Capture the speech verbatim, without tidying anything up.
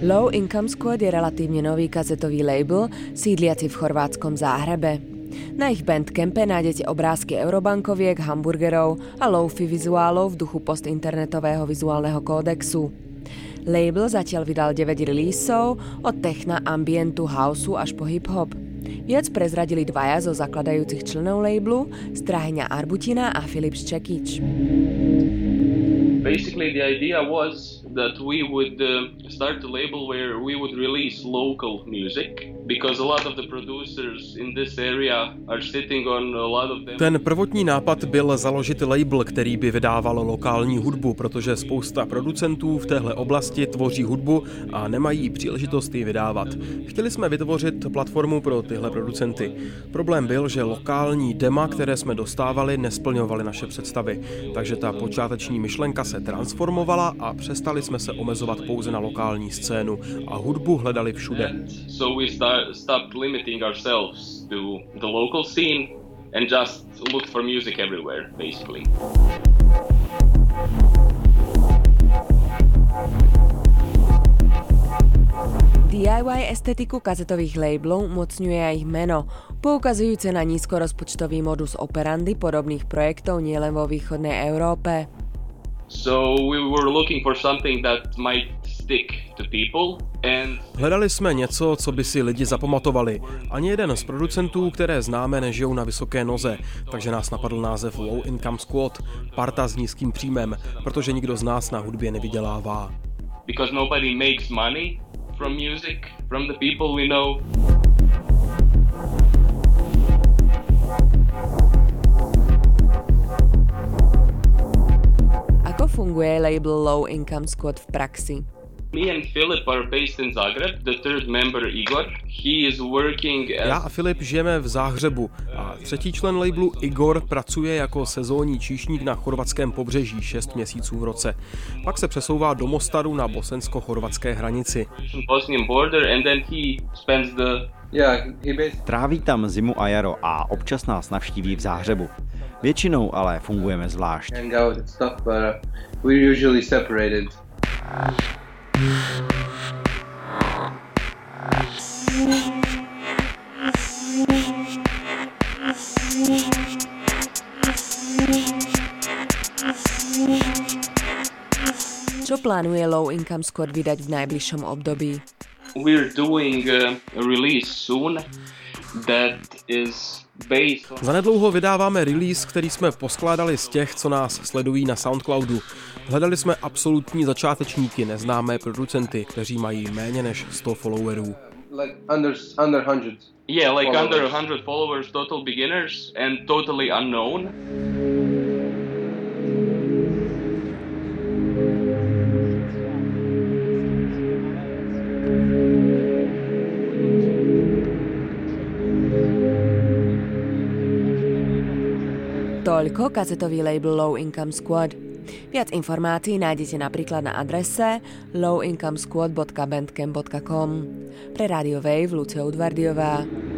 Low Income Squad je relatívne nový kazetový label, sídliaci v chorvátskom Záhrebe. Na ich bandcampe nájdete obrázky eurobankoviek, hamburgerov a lo-fi vizuálov v duchu postinternetového vizuálneho kódexu. Label zatiaľ vydal deväť releaseov od techna, ambientu, houseu až po hip-hop. Viac prezradili dvaja zo zakladajúcich členov labelu, Strahyňa Arbutina a Filip Ščekič. Basically, the idea was that we would uh, start a label where we would release local music, because a lot of the producers in this area are sitting on a lot of them. Ten prvotní nápad byl založit label, který by vydával lokální hudbu, protože spousta producentů v téhle oblasti tvoří hudbu a nemají příležitost ji vydávat. Chtěli jsme vytvořit platformu pro tyhle producenty. Problém byl, že lokální dema, které jsme dostávali, nesplňovaly naše představy, takže ta počáteční myšlenka se transformovala a přestali jsme se omezovat pouze na lokální scénu a hudbu hledali všude. So we start, stopped limiting ourselves to the local scene and just looked for music everywhere, basically. dé í vaj estetiku kazetových labelov umocňuje aj ich meno, poukazujúce na nízkorozpočtový modus operandi podobných projektov nielen vo východnej Európe. So we were looking for something that might stick to people and Hledali jsme něco, co by si lidi zapamatovali. Ani jeden z producentů, které známe, nežijou na vysoké noze, takže nás napadl název Low Income Squad, parta s nízkým příjmem, protože nikdo z nás na hudbě nevydělává. Because nobody makes money from music, from the people we know. Ako funguje label Low Income Squad v praxi? Me and Filip are based in Zagreb. The third member, Igor, he is working as... Já a Filip žijeme v Záhřebu a třetí člen labelu Igor pracuje jako sezónní číšník na chorvatském pobřeží šest měsíců v roce. Pak se přesouvá do Mostaru na bosensko-chorvatské hranici. Bosnian border and then he spends the... Yeah, he basically... Tráví tam zimu a jaro a občas nás navštíví v Záhřebu. Většinou ale fungujeme zvlášť. Hang out and stuff, but uh, we're usually separated. Čo plánuje Low Income Squad vydať v najbližšom období? We're doing a release soon that is based on... Zanedlouho vydáváme release, který jsme poskládali z těch, co nás sledují na Soundcloudu. Hledali jsme absolutní začátečníky, neznámé producenty, kteří mají méně než sto followerů. Like under, under one hundred. Yeah, like followers. Under one hundred followers, total beginners and totally unknown. Toľko kazetový label Low Income Squad. Viac informácií nájdete napríklad na adrese low income squad bodka bandcamp bodka com. Pre Radio Wave Lucia Udvardiová.